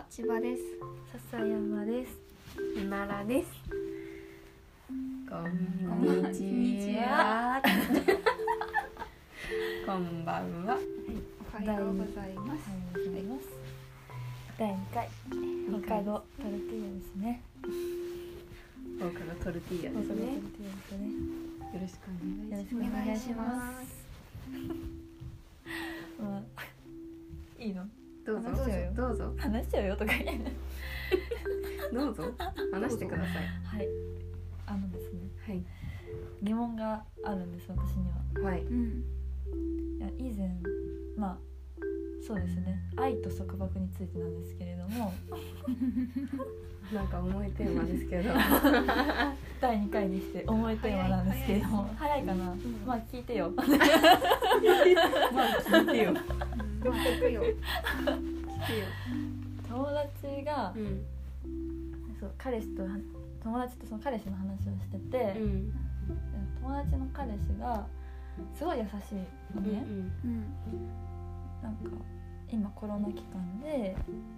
千葉です。 笹山です。 今らです。 こんにちは。 こんばんは。 おはようございます。第2回放課後トルティーヤですね。 放課後トルティーヤですね。よろしくお願いします。 いいの？ どうぞ話しちゃうよとか言う。 どうぞ話してください。 はい。ですね。 はい。 疑問があるんです私には。 はい。 いや以前そうですね。愛と束縛についてなんですけれども。 なんか重いテーマですけど。 第2回にして重いテーマなんですけれども、早いかな。聞いてよ。 聞いてよ。聞くよ。 友達が、そう彼氏と友達とその彼氏の話をしてて、友達の彼氏がすごい優しいのね。なんか今コロナ期間で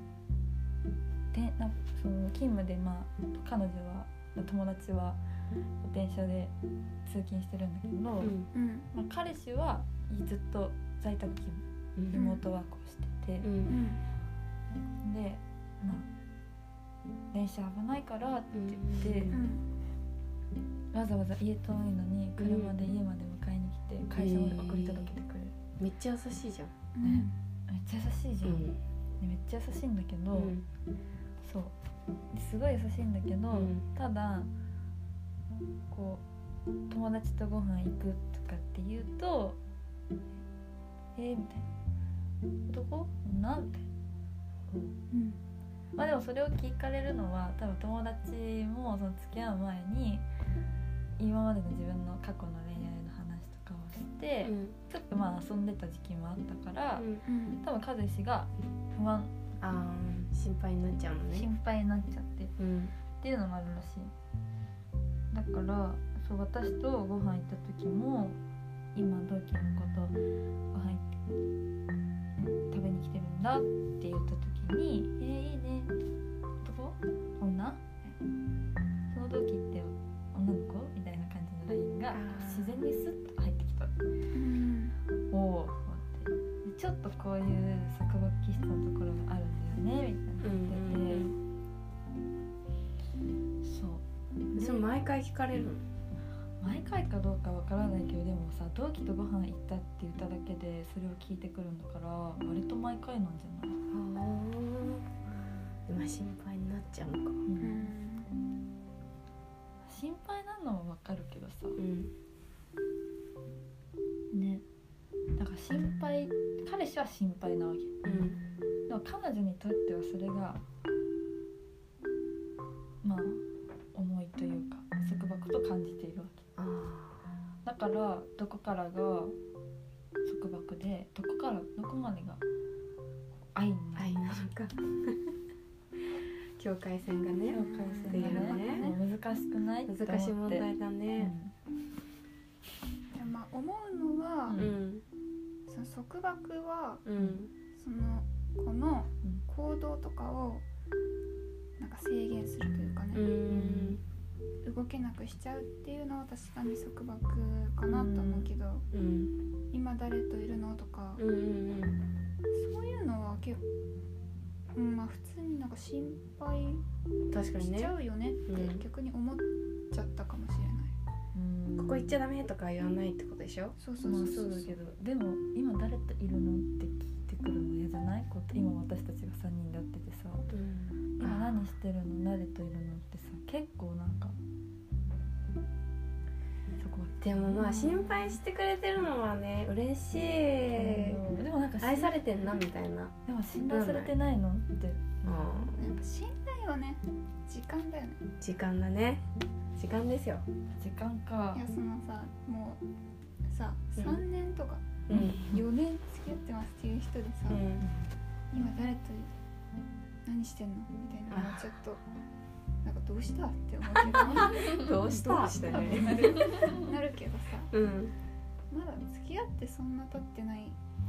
その勤務で彼女は友達は電車で通勤してるんだけど、彼氏はずっと在宅勤務、リモートワークをしてて、で電車危ないからって言って、わざわざ家遠いのに車で家まで迎えに来て会社まで送り届けてくれる。 めっちゃ優しいじゃん。 めっちゃ優しいじゃん。めっちゃ優しいんだけど、そうすごい優しいんだけど、ただこう友達とご飯行くとかって言うとみたいな、男女みたいな、でもそれを聞かれるのは多分友達もその付き合う前に今までの自分の過去の恋愛の話とかをして、ちょっと遊んでた時期もあったから、多分和志が不安、 心配になっちゃうのね。 心配になっちゃって、っていうのもあるらしい。だからそう私とご飯行った時も今同期の子とご飯食べに来てるんだって言った時にいいね、男？女？その同期って女の子？みたいな感じの LINE が自然にスッと入ってきた。おおと思って、ちょっとこういう束縛気質のところがあるんだよねみたいな言ってて、 それ毎回聞かれるの？ 毎回かどうかわからないけど、でもさ同期とご飯行ったって言っただけでそれを聞いてくるんだから割と毎回なんじゃない？ 今心配になっちゃうのか。 心配なのはわかるけどさ、ね、だから心配、彼氏は心配なわけ、でも彼女にとってはそれが重いというか束縛と感じているわけ。だからどこからが束縛でどこまでが愛なのか境界線がね、 難しくない？ 難しい問題だね。 思うのは、その束縛は、その子の行動とかをなんか制限するというかね、動けなくしちゃうっていうのは確かに束縛かなと思うけど、今誰といるのとか、そういうのは結構、普通になんか心配しちゃうよねって逆に思っちゃったかもしれない。 ここ行っちゃダメとか言わないってことでしょ？ そうだけど、でも今誰といるのって聞いてくるの嫌じゃない？今私たちが3人で会っててさ、今何してるの？誰といるのってさ、結構なんかでも心配してくれてるのはね嬉しい、 でもなんか愛されてんなみたいな。 でも信頼されてないのって、 やっぱ信頼はね時間だよね。 時間だね。時間ですよ。 時間か。 いやそのさもうさ、3年とか、4年付き合ってますっていう人でさ、今誰と何してんのみたいなのはちょっとなんかどうしたって思うけどどうしたってなるけどさ、まだ付き合ってそんな経ってない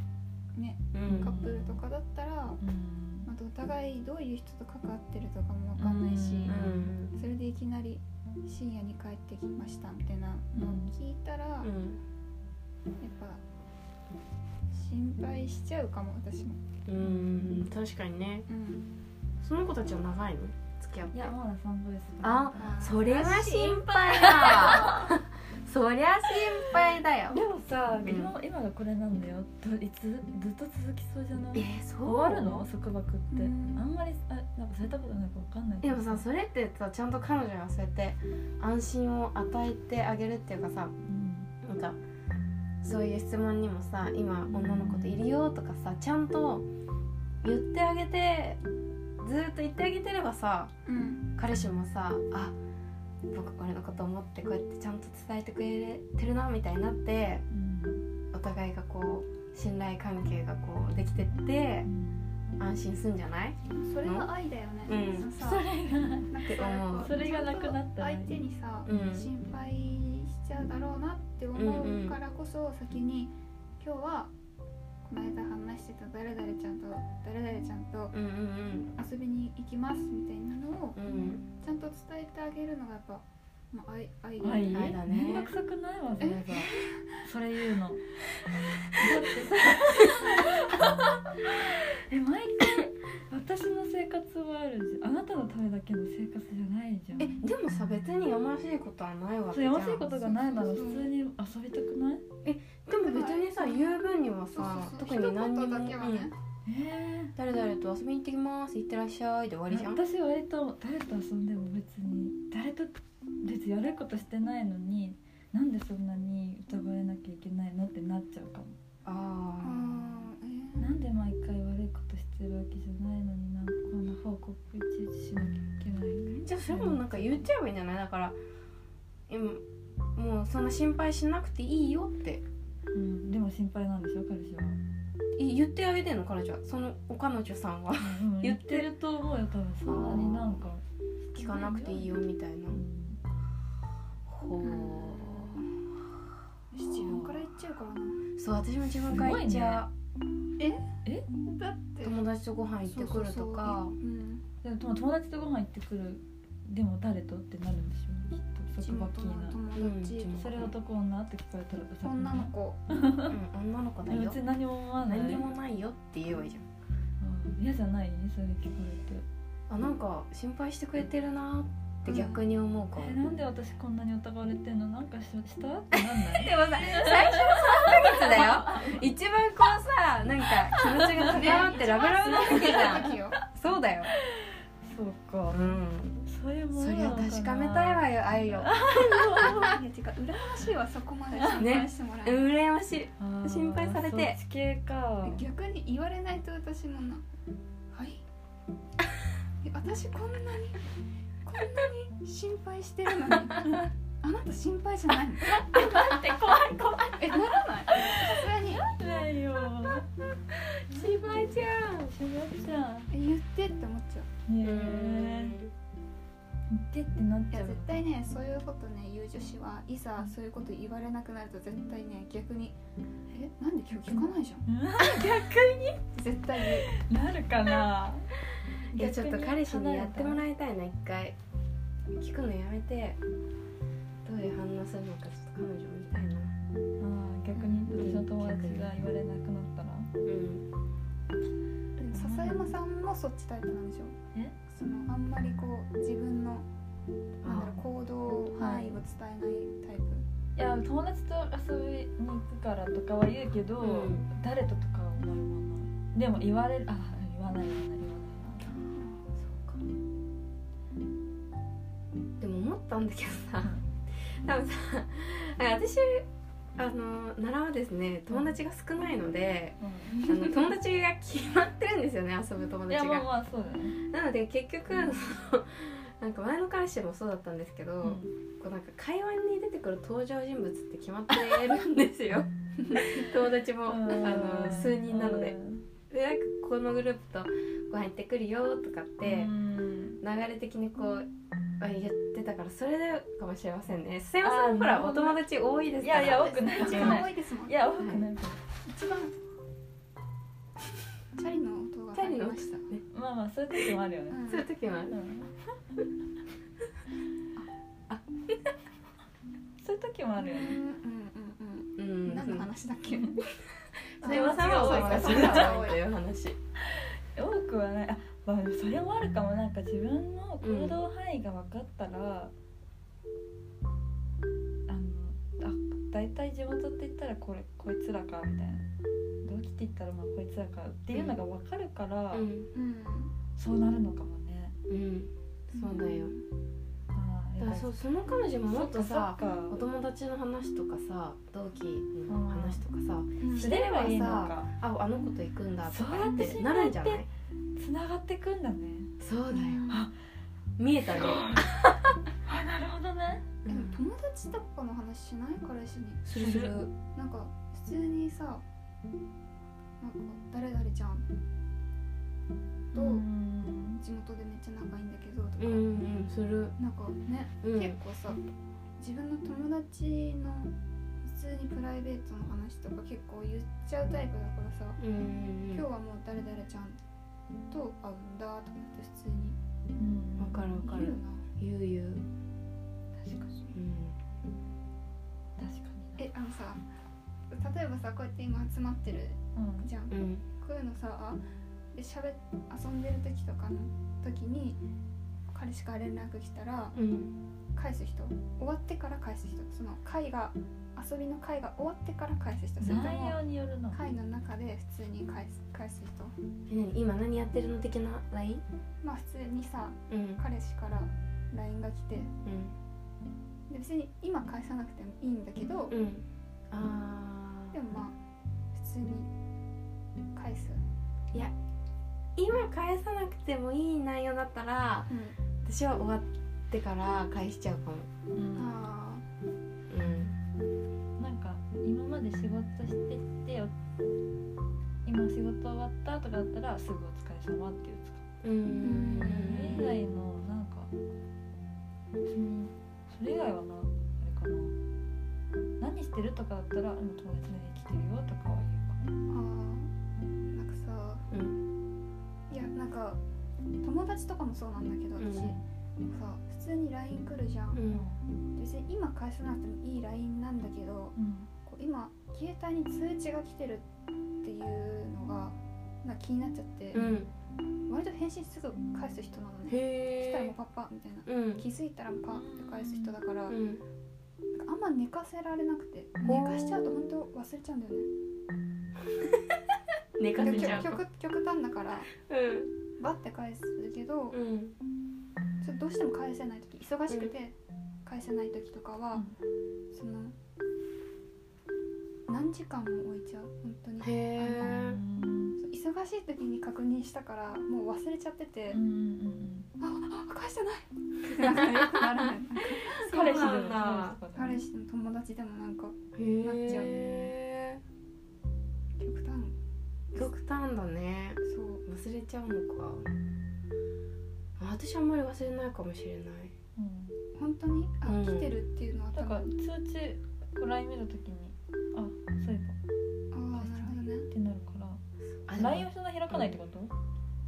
ね、カップルとかだったら、またお互いどういう人と関わってるとかも分かんないし、それでいきなり深夜に帰ってきましたみたいなのを聞いたら、やっぱ心配しちゃうかも私も。 確かにね。その子たちは長いの付き合って？ いやまだ3ヶ月。 あ、それは心配だ。そりゃ心配だよ。 でもさ、今がこれなんだよ。いつずっと続きそうじゃない？ そう終わるの？束縛って。あんまりなんかされたことないかわかんないけど。 でもさ、それってさ、ちゃんと彼女がそうやって安心を与えてあげるっていうかさ、なんかそういう質問にもさ、今女の子といるよとかさ、ちゃんと言ってあげて、ずっと言ってあげてればさ、彼氏もさ、あ、僕これのこと思ってこうやってちゃんと伝えてくれてるなみたいになって、お互いがこう信頼関係がこうできてって、安心すんじゃない？ それが愛だよね。 それがなくなったら相手にさ、心配しちゃうだろうなって思うからこそ、先に今日はこの間話してた誰々ちゃんと遊びに行きますみたいなのをちゃんと伝えてあげるのがやっぱ、愛だね。めんどくさくないわそれ言うの。だってさ毎回私の生活はあるじゃん。あなたのためだけの生活じゃないじゃん。 でもさ、別にやましいことはないわけじゃん。 やましいことがないなら普通に遊びたくない？ でも別にさ、言う分にはさ、特に何にも誰々と遊びに行ってきます、行ってらっしゃいで終わりじゃん。 私割と誰と遊んでも別にやることしてないのに、なんでそんなに疑われなきゃいけないのってなっちゃうかも。なんで毎回悪いことしてるわけじゃないのに、なんかこんな報告いちいちしなきゃいけない。 じゃあそれもなんか言っちゃえばいいんじゃない？だからもうそんな心配しなくていいよって。 でも心配なんでしょ、彼氏は。 言ってあげてんの？彼女は、その彼女さんは言ってると思うよ、多分。そんなになんか聞かなくていいよみたいな。 自分から言っちゃうからな。 そう、私も自分から言っちゃう。だって友達とご飯行ってくるとか。 でも友達とご飯行ってくる、でも誰とってなるんでしょ、きっと。束縛な友達、 それ男女って聞かれたら女の子女の子だよ。 別に何も思わない。 何もないよって言えばいいじゃん。 嫌じゃない？それ聞かれて、 なんか心配してくれてるなって逆に思うかも。 なんで私こんなに疑われてんの？なんかしたってなんない？ でもさ、最初の3ヶ月だよ。一番こうさ、なんか気持ちが高まってラブラブな時じゃん。そうだよ。 そうか。そりゃ確かめたいわよ、愛を。 いや、てか羨ましいわ、そこまで心配してもらえる。 羨ましい。心配されて。 そっち系か。 逆に言われないと私もな。はい。私こんなに心配してるのに、あなた心配じゃないの？ 待って、怖い。 ならない？さすがに。 ないよ。 心配じゃん。 言ってって思っちゃう。 言ってってなっちゃう。 いや絶対ね、そういうことね言う女子はいざそういうこと言われなくなると絶対ね、逆になんで今日聞かないじゃん。 逆に絶対なるかな。 いやちょっと彼氏にやってもらいたいな、一回。聞くのやめてどういう反応するのかちょっと彼女見たいな。 逆に私の友達が言われなくなったら。 笹山さんもそっちタイプなんでしょ？そのあんまりこう自分の行動範囲を伝えないタイプ。 いや友達と遊びに行くからとかは言うけど、誰ととかは思わない。でも言われる、言わないな。 そうか。でも思ったんだけどさ、多分さ、私奈良はですね、友達が少ないので、友達が決まってるんですよね、遊ぶ友達が。 いやまあそうだね。 なので結局、なんか前の彼氏もそうだったんですけど、こうなんか会話に出てくる登場人物って決まってるんですよ。友達も数人なので。でなんかこのグループとご飯行ってくるよとかって流れ的にこう言ってたから、それでかもしれませんね。須山さんほらお友達多いですから。 いや多くない。 一番多いですもん。 いや多くない。 一番チャリの音が入りました。 まあまあそういう時もあるよね、 そういう時もある、 そういう時もあるよね。 何の話だっけ？ それはさまざまな人が多いという話。 多くはない。まあそれもあるかも。なんか自分の行動範囲が分かったら、だいたい地元って言ったらこいつらかみたいな、同期って言ったらまあこいつらかっていうのが分かるから、そうなるのかもね。 そうだよ。だからその彼女ももっとさ、お友達の話とかさ、同期の話とかさ、 すればいいのか。 あの子と行くんだとかってなるんじゃない？ つながってくんだね。 そうだよ。見えたね。 なるほどね。 友達とかの話しない？彼氏にする。 なんか普通にさ、なんか誰々ちゃんと地元でめっちゃ仲いいんだけどとか、 する。 なんかね、結構さ、自分の友達の普通にプライベートの話とか結構言っちゃうタイプだからさ、今日はもう誰々ちゃんと会うんだと思って普通に。 わかるわかる。言う。 確かに。 確かに。 さ、例えばさ、こうやって今集まってるじゃん。こういうのさ、で遊んでる時とかの時に彼氏から連絡来たら、返す人、終わってから返す人、その遊びの会が終わってから返す人、それとも内容によるの。 会の中で普通に返す人。 今何やってるの的な LINE？ まあ普通にさ、彼氏から LINE が来て、で別に今返さなくてもいいんだけど、でもまあ普通に返す。 いや、今返さなくてもいい内容だったら、私は終わってから返しちゃうかも。 なんか今まで仕事してて、今仕事終わったとかだったらすぐお疲れ様って言うつか。それ以外のなんかそれ以外はあれかな。何してるとかだったら友達の家来てるよとかは言うかも。 なんかさ、いやなんか友達とかもそうなんだけど、私さ普通に LINE 来るじゃん。別に今返さなくてもいい LINE なんだけど、こう今携帯に通知が来てるっていうのがなんか気になっちゃって、割と返信すぐ返す人なのね。来たらもうパッパみたいな、気づいたらパッって返す人だから、あんま寝かせられなくて、寝かしちゃうと本当忘れちゃうんだよね。 寝かせちゃう。 極端だから、バッて返すけど、ちょっとどうしても返せない時、忙しくて返せない時とかは、その何時間も置いちゃう。本当に忙しい時に確認したからもう忘れちゃってて、返してないってなんかよくならない。彼氏でも友達でもなんかなっちゃう。 極端だね。そう忘れちゃうのか。私あんまり忘れないかもしれない。 本当に来てるっていうのはだから通知LINE 見るときにそういえばなるほどねってなるから。LINE をそんな開かないってこと？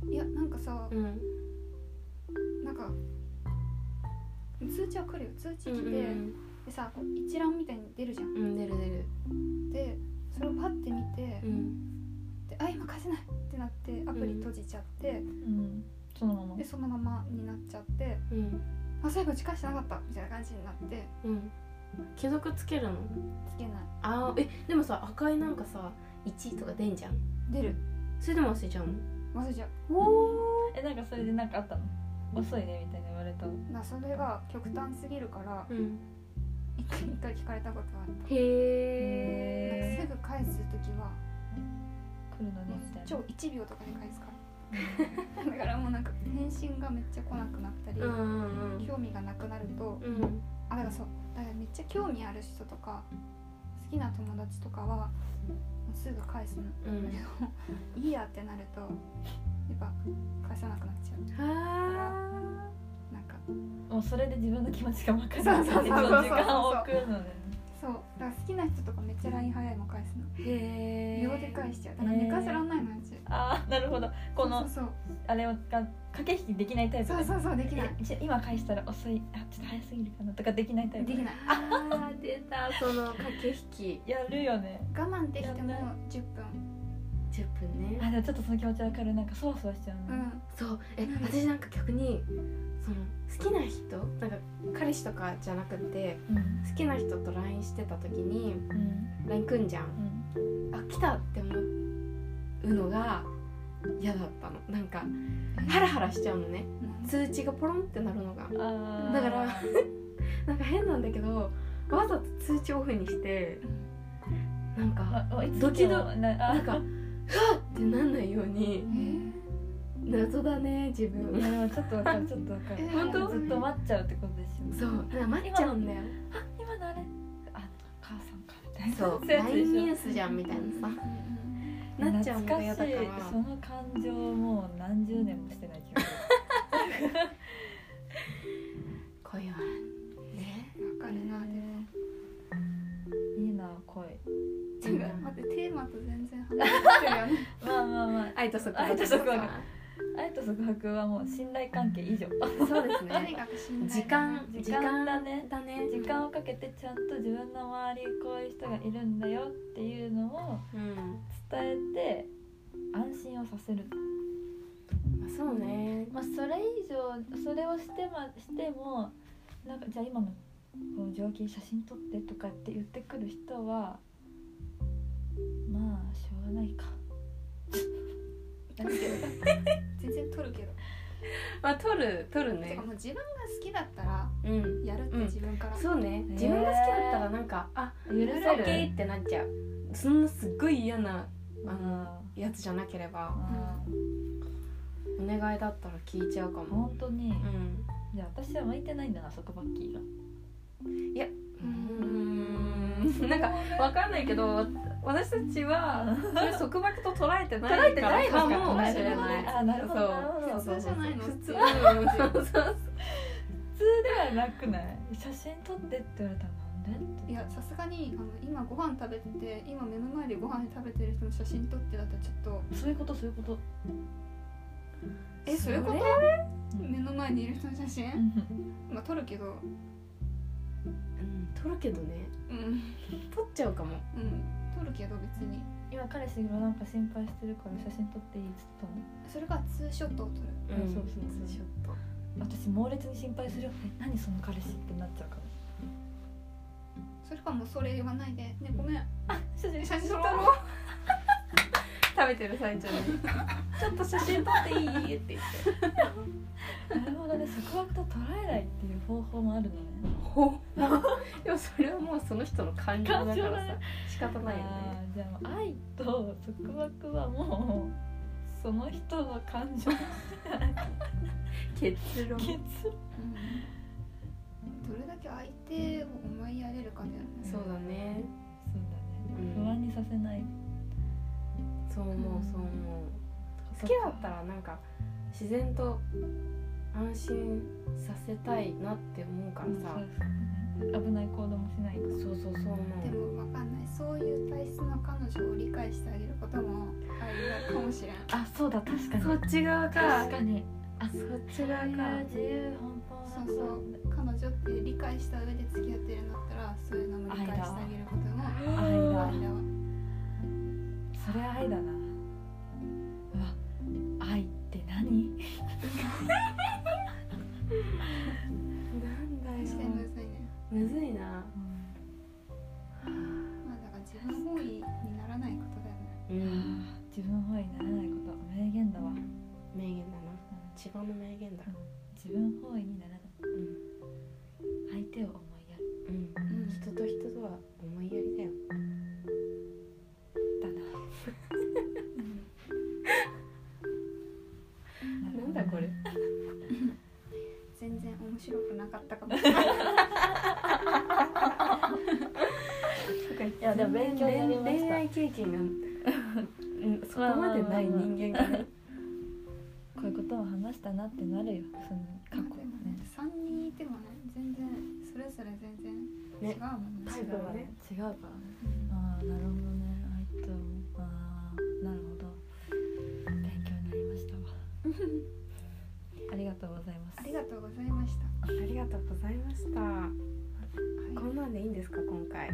いやなんかさ、なんか通知は来るよ。通知来て、でさこう一覧みたいに出るじゃん。 出る。 でそれをパッて見て、で今返せないってなってアプリ閉じちゃって、 そのままでそのままになっちゃって、最後返してなかったみたいな感じになって、 既読つけるの？ つけない。 でもさ赤いなんかさ1とか出んじゃん。 出る。 それでも忘れちゃうの？ 忘れちゃう。 なんかそれでなんかあったの？遅いねみたいな言われた。 それが極端すぎるから、一回聞かれたことがあった。 へすぐ返すときは来るのねみたいな。 超1秒とかで返すから。だからもうなんか返信がめっちゃ来なくなったり、興味がなくなると、だからめっちゃ興味ある人とか好きな友達とかはもうすぐ返すんだけど、いいやってなるとやっぱ返さなくなっちゃうから、なんかもうそれで自分の気持ちが分かる。時間を送るので、 そうだから好きな人とかめっちゃ LINE 早いもん返すの。 へ秒で返しちゃう。だから寝かせらんないのうち。 ああなるほど。このそうあれを駆け引きできないタイプね。 そうそうできない。 今返したら遅い、あちょっと早すぎるかなとかできないタイプ。 できない。 あー出たその駆け引き。 やるよね。 我慢できても10分。 10分ね。 あでもちょっとその気持ちわかる。なんかそわそわしちゃうね。 そう私なんか逆にその好きな人なんか彼氏とかじゃなくて好きな人と LINE してた時に LINE 来んじゃん。あ来たって思うのが嫌だったの。なんかハラハラしちゃうのね。通知がポロンってなるのが。だからなんか変なんだけどわざと通知オフにしてなんかドキドなんかはっってなんないように。謎だね自分。 いやでもちょっとわかるちょっとわかる。 本当ずっと待っちゃうってことでしょ。 そうだから待っちゃうんだよ。 あ今のあれ母さんかみたいな。 そう LINE ニュースじゃんみたいなさなっちゃうのが嫌だから。 その感情もう何十年もしてない気がする。 恋はねわかるな。でもいいな恋。 違う待ってテーマと全然話してるよね。 まあ愛と束愛と束縛縛愛と束縛はもう信頼関係以上。 そうですとにね。 かく信頼時間だね。 だね。 時間をかけてちゃんと自分の周りこういう人がいるんだよっていうのを伝えて安心をさせる。 そうね。 まあそれ以上それをしてもなんかじゃあ今のこの状況写真撮ってとかって言ってくる人はまあしょうがないか。 全然撮るけど。 まあ撮るてねか。もう自分が好きだったらやるって自分から。 そうね。自分が好きだったらなんか許せる。 オッケーってなっちゃう。そんなすっごい嫌なやつじゃなければお願いだったら聞いちゃうかも。 本当に。いや私は向いてないんだな束縛キーが。 いやなんかわかんないけど私たちはそれ束縛と捉えてないからかもしれない。 あなるほど。 普通じゃないの。 普通。 普通ではなくない？写真撮ってって言われたらなんで？ いやさすがに今ご飯食べてて今目の前でご飯食べてる人の写真撮ってだったらちょっとそういうこと。 そういうこと目の前にいる人の写真まあ撮るけど撮るけどね。撮っちゃうかも。 撮るけど別に今彼氏がなんか心配してるから写真撮っていいっつったの。 それがツーショットを撮る。 そうツーショット。 私猛烈に心配するよ。何その彼氏ってなっちゃうから。 それかもうそれ言わないでねごめん写真写真撮ろう食べてる最中にちょっと写真撮っていいって言って。 なるほどね。束縛と捉えないっていう方法もあるのね。 でもそれはもうその人の感情だからさ仕方ないよね。 じゃあ愛と束縛はもうその人の感情結論。 どれだけ相手を思いやれるかだよね。 そうだね。 不安にさせない。 そう思う。好きだったらなんか自然と安心させたいなって思うからさ。 危ない行動もしないから。 そう思う。 でもわかんない。そういう体質の彼女を理解してあげることもありかもしれん。 そうだ確かに。 そっち側か。 確かに。 そっち側か。 自由奔放な。 そう彼女って理解した上で付き合ってるんだったらそういうのも理解してあげることも愛だ。 それ愛だな。うわ愛って何？ なんだよ。 確かにむずいね。 むずいな。 まあだから自分本位にならないことだよね。 自分本位にならないこと。名言だわ。 名言だな。千葉の名言だ。 自分本位にならない。相手を思いやる。 人と人とは思いやりだよ。 だな。 なんだこれ。 全然面白くなかったかもしれない。 いやでも勉強になりました。 恋愛経験がそこまでない人間がね。 こういうことを話したなってなるよ。その過去ね。 3人いてもね全然それぞれ全然違うもんね。 タイプはね違うからね。ああなるほどね。なるほど。勉強になりましたわ。ありがとうございます。 ありがとうございました。 ありがとうございました。こんなんでいいんですか今回。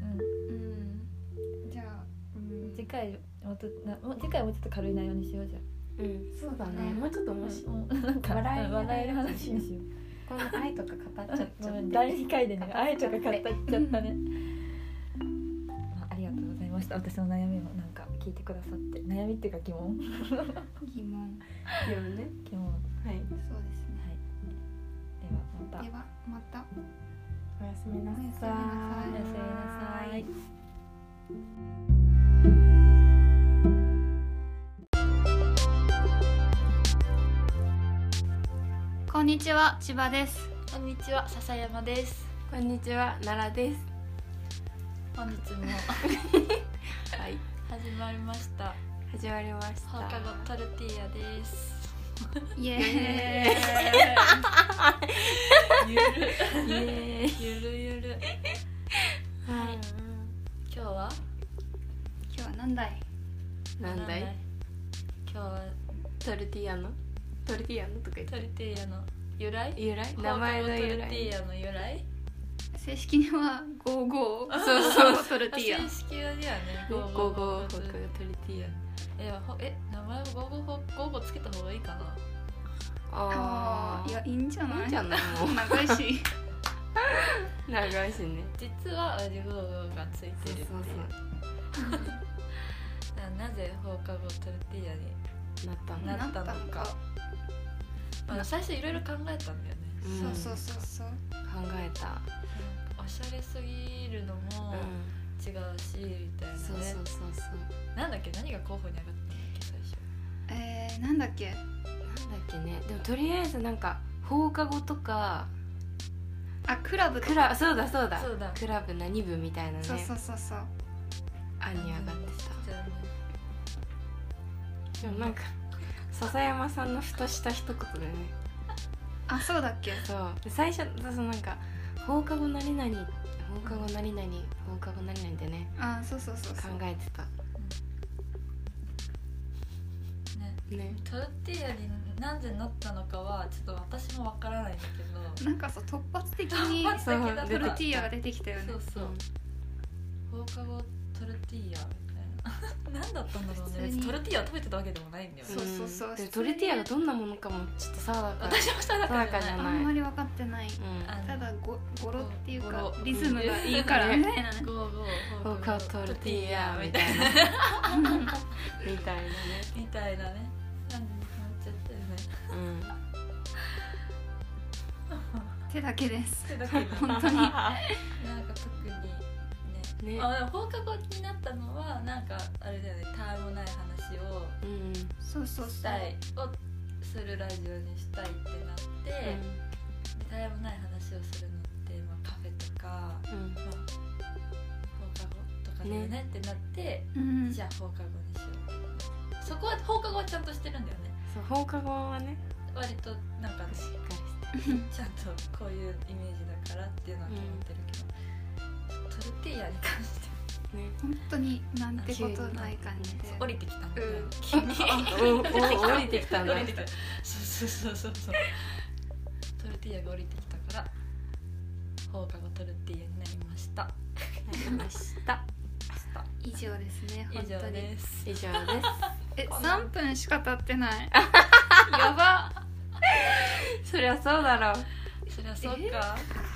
じゃあ、 次回もうちょっと軽い内容にしようじゃん。 そうだね。もうちょっとなんか笑える話にしよう。 この愛とか語っちゃって。 第2回でね愛とか語っちゃったね。ありがとうございました。私の悩みをなんか聞いてくださって、悩みっていうか疑問。 疑問ね。 疑問。 はい。そうですね。 はい。 ではまた。 おやすみなさい。 おやすみなさい。 こんにちは、千葉です。 こんにちは、笹山です。 こんにちは、奈良です。 本日もはい始まりました。 始まりました。 放課後トルティーヤです。 イエーイ。 ゆる。はい。今日は何だい？ なんだい？ 今日はトルティーヤのとか言ってトルティーヤの由来？ 名前の由来。 トルティーヤの由来？ 正式には55 そうトルティーヤ。 正式にはね 55トルティーヤ。 名前を55つけた方がいいかな。 いやいいんじゃない？ いいんじゃない？もう長いし長いしね。 実は55がついてるっていう。なぜ放課後トルティーヤになったのか。最初いろいろ考えたんだよね。 そう考えた。 おしゃれすぎるのも違うしみたいなね。 そうなんだっけ、何が候補に上がったんだっけ最初。 なんだっけね。でもとりあえずなんか放課後とかクラブとかそうだクラブ何部みたいなね。 そう案に上がってた。 じゃあね。 でもなんか笹山さんのふとした一言でね。 そうだっけ？ そうで最初なんか放課後何々ってね。 そう考えてた。ね。 トルティーヤになぜなったのかはちょっと私もわからないんだけど。 なんか突発的にトルティーヤが出てきたよね。 そう。放課後トルティーヤみたいな。何だったんだろうね。別にトルティーヤを食べてたわけでもないんだよね。 そうでトルティーヤがどんなものかもちょっと定か私も定かじゃない。 あんまり分かってない。ただ語呂っていうかリズムがいいからみたいなね。 放課後トルティーヤみたいなね。 なんでに決まっちゃったよね。 手だけです。 本当に。なんか特にね。でも放課後になったのはなんかあれだよね。たわいもない話をしたいをするラジオにしたいってなって、たわいもない話をするのってカフェとか放課後とかだよねってなって、じゃあ放課後にしよう。そこは放課後はちゃんとしてるんだよね。 そう放課後はね割となんかしっかりしてちゃんとこういうイメージだからっていうのは決まってるけど、トルティーヤに関してね本当になんてことない感じで降りてきたんだよ。 降りてきたんだ。 そうトルティーヤが降りてきたから放課後トルティーヤになりました。 以上ですね。 以上です。 3分しか経ってない。やば。 そりゃそうだろう。 そりゃそうか。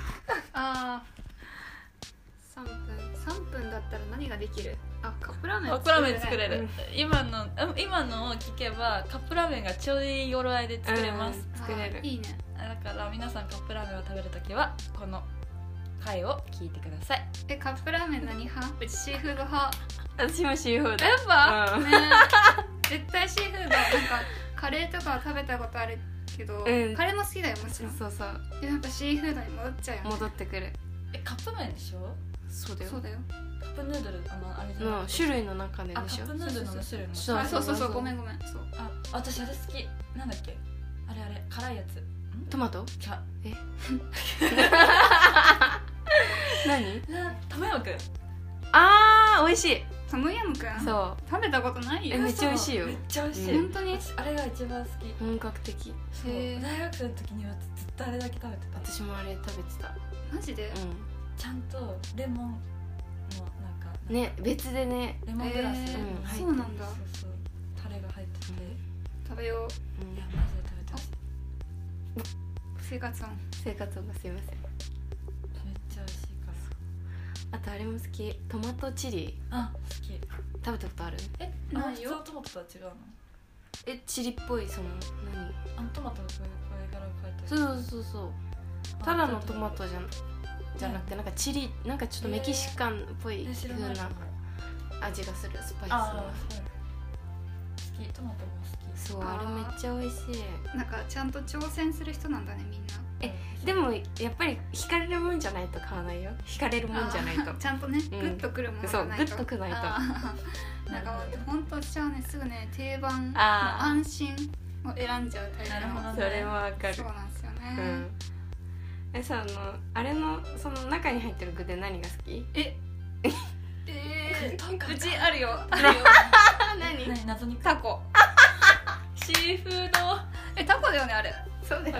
3分だったら何ができる？カップラーメン作れる。今のを聞けばカップラーメンがちょうどいい頃合いで作れます。 作れる。 いいね。 だから皆さんカップラーメンを食べるときはこの回を聞いてください。 カップラーメン何派？うちシーフード派。 私もシーフード。 やっぱ、絶対シーフード。なんかカレーとかは食べたことあるけど、カレーも好きだよもちろん。 そうでもやっぱシーフードに戻っちゃうよね。 戻ってくる。 カップ麺でしょ？ そうだよ。 カップヌードルあれじゃない。 種類の中ででしょ。 カップヌードルの種類も。 そうごめん。 私あれ好き。なんだっけ？あれ辛いやつ。 トマトじゃえ何トムヤムクンあー美味しいトムヤムクンそう食べたことないよめっちゃ美味しいよめっちゃ美味しい、 本当にあれが一番好き本格的そうへー大学生の時にはずっとあれだけ食べてた私もあれ食べてたマジでちゃんとレモンのなんかうんね別でねレモングラス、 うんそうなんだそうそうタレが入ってて、 食べよううんいやマジで食べてほしい生活音生活音がすいませんめっちゃ美味しいからあとあれも好きトマトチリあ好き食べたことあるないよ普通のトマトとは違うのえチリっぽいその何あのトマトがこれから書いてそうそうそうただのトマトじゃなくてなんかチリなんかちょっとメキシカンっぽい風な味がするスパイスのああそう好きトマトも好きそうあれめっちゃ美味しいなんかちゃんと挑戦する人なんだねみんなでもやっぱり惹かれるもんじゃないと買わないよ惹かれるもんじゃないとちゃんとねグッとくるものがないとそうグッとくないとなんか本当私はねすぐね定番のあー安心を選んじゃうタイプのなるほどそれもわかるそうなんですよねうんさあれのその中に入ってる具で何が好きうちあるよ何謎にタコシーフードタコだよねあれそうだよ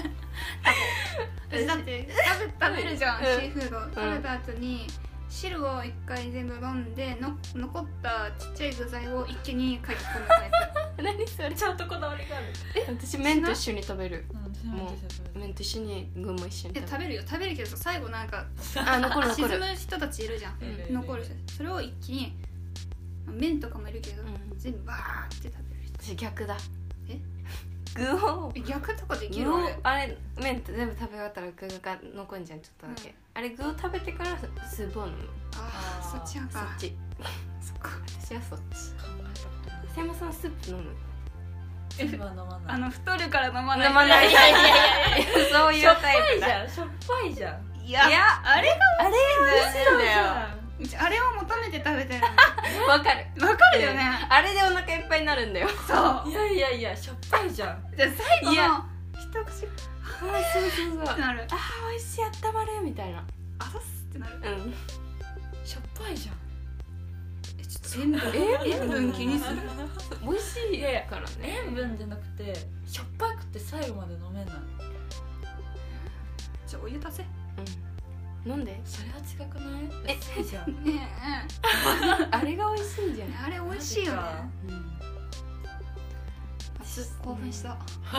私だって食べるじゃん、 うんシーフード食べた後に汁を一回全部飲んで残ったちっちゃい具材を一気にかき込むタイ何それちゃんとこだわりがある私麺と一緒に食べる私ももう麺と一緒に具も一緒にプ食べるけどさ最後なんかあ残る残沈るむ人たちいるじゃん、 うん残る人それを一気に麺とかもいるけど、 うん全部バーって食べる人私逆だえ具を逆とかできる具をあれあれ麺って全部食べ終わったら具が残んじゃんちょっとだけ、あれ具を食べてからスープを飲むあーそっちやかそっちそっか私はそっち考えたことないせいまさんスープ飲む全部は飲まない太るから飲まない飲まないそういうタイプだしょっぱいじゃんいやいやあれあれ美味しいんだようちあれを求めて食べてるわかるのわかるよね、 あれでお腹いっぱいになるんだよそういやしょっぱいじゃんじゃあ最後いやの一口そうそうそうってなるあー美味しいあったまるみたいなあさすってなるうんしょっぱいじゃん塩分気にする美味しいいやいやからね塩分じゃなくてしょっぱくて最後まで飲めないじゃあお湯足せねうん飲んでそれは違くないそうじゃんえあれが美味しいんじゃないあれ美味しいよねうん私興奮した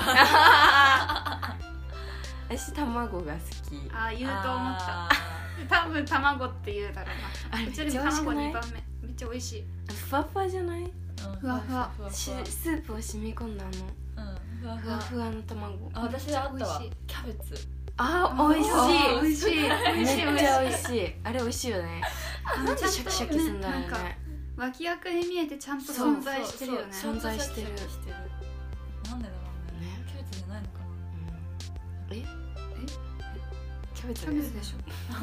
私卵が好きああ言うと思ったあ多分卵って言うだろうなあれうちでもめっちゃ美味しく卵ない 2番目めっちゃ美味しいふわふわじゃないーふわふわスープを染み込んだふわふわふわの卵あ私あったわ美味しいキャベツあー美味しい美味しいめっちゃ美い味しいあれ美味しいよねなんでシャキシャキするんだろうねなんか脇役に見えてちゃんと存在してるよねそう存在してるなんでだろうねねキャベツじゃないのかうんえキャベツキャベツでしょ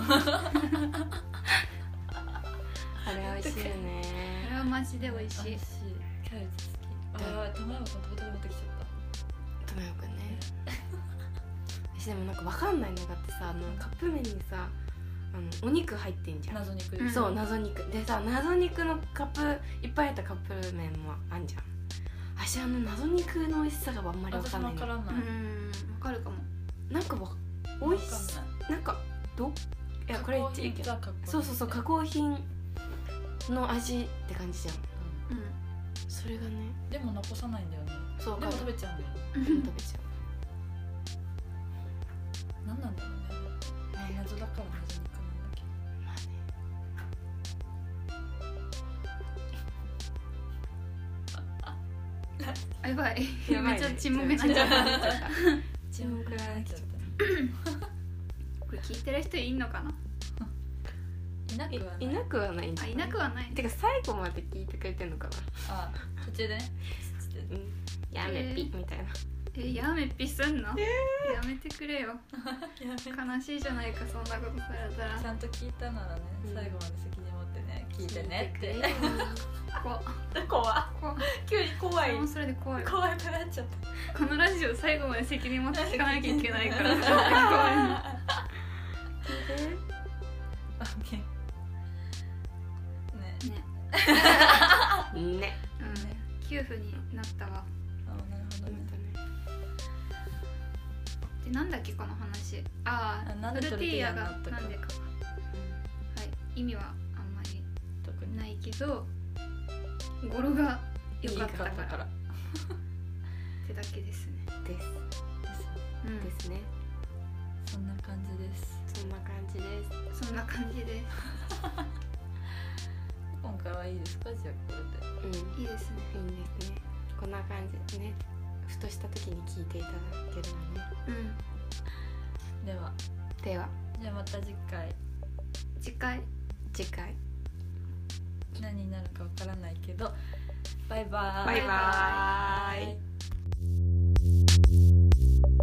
あれ美味しいよあねれはマジで美味しいキャベツ好きあー卵が食べたくなってきちゃったともよくんね私でもなんか分かんないのがあってさカップ麺にさお肉入ってんじゃん謎肉うんそう謎肉でさ謎肉のカップいっぱい入ったカップ麺もあんじゃん私謎肉の美味しさがあんまり分か私んないのもわからないわかるかもなんか美味しいなんかいやこれ言っていいけどそうそうそう加工品の味って感じじゃんそれがねでも残さないんだよねそうでも食べちゃうんだよね食べちゃ何なんだろうねうね謎だから謎肉なんだけどまあねやばいやばいねめっちゃ沈黙になっちゃった沈黙がなっちゃっこれ聞いてる人いんのかないなくはないいなくはないんじゃあいなくはないてか最後まで聞いてくれてんのかなあ途中でねうんやめっぴみたいなやめっぴすんのやめてくれよ悲しいじゃないかそんなことされたらちゃんと聞いたならねうん最後まで責任持ってね聞いてねって聞いてくれよ怖っ急に怖いもうそれで怖い怖くなっちゃったこのラジオ最後まで責任持って聞かなきゃいけないから怖いオッケーねね 9分になったわ。 なるほどね。 でなんだっけこの話。 なんでトルティーヤがトルティーヤになったかなんでか。はい意味はあんまり特にないけど語呂が良かったからってだけですね。 ですですね。 そんな感じです。 そんな感じです。 そんな感じで今回はいいですか？じゃあこれで。 いいですね。 いいですね。こんな感じね。ふとした時に聞いていただけるのね。 ではじゃあまた次回何になるかわからないけどバイバーイ。 バイバーイ。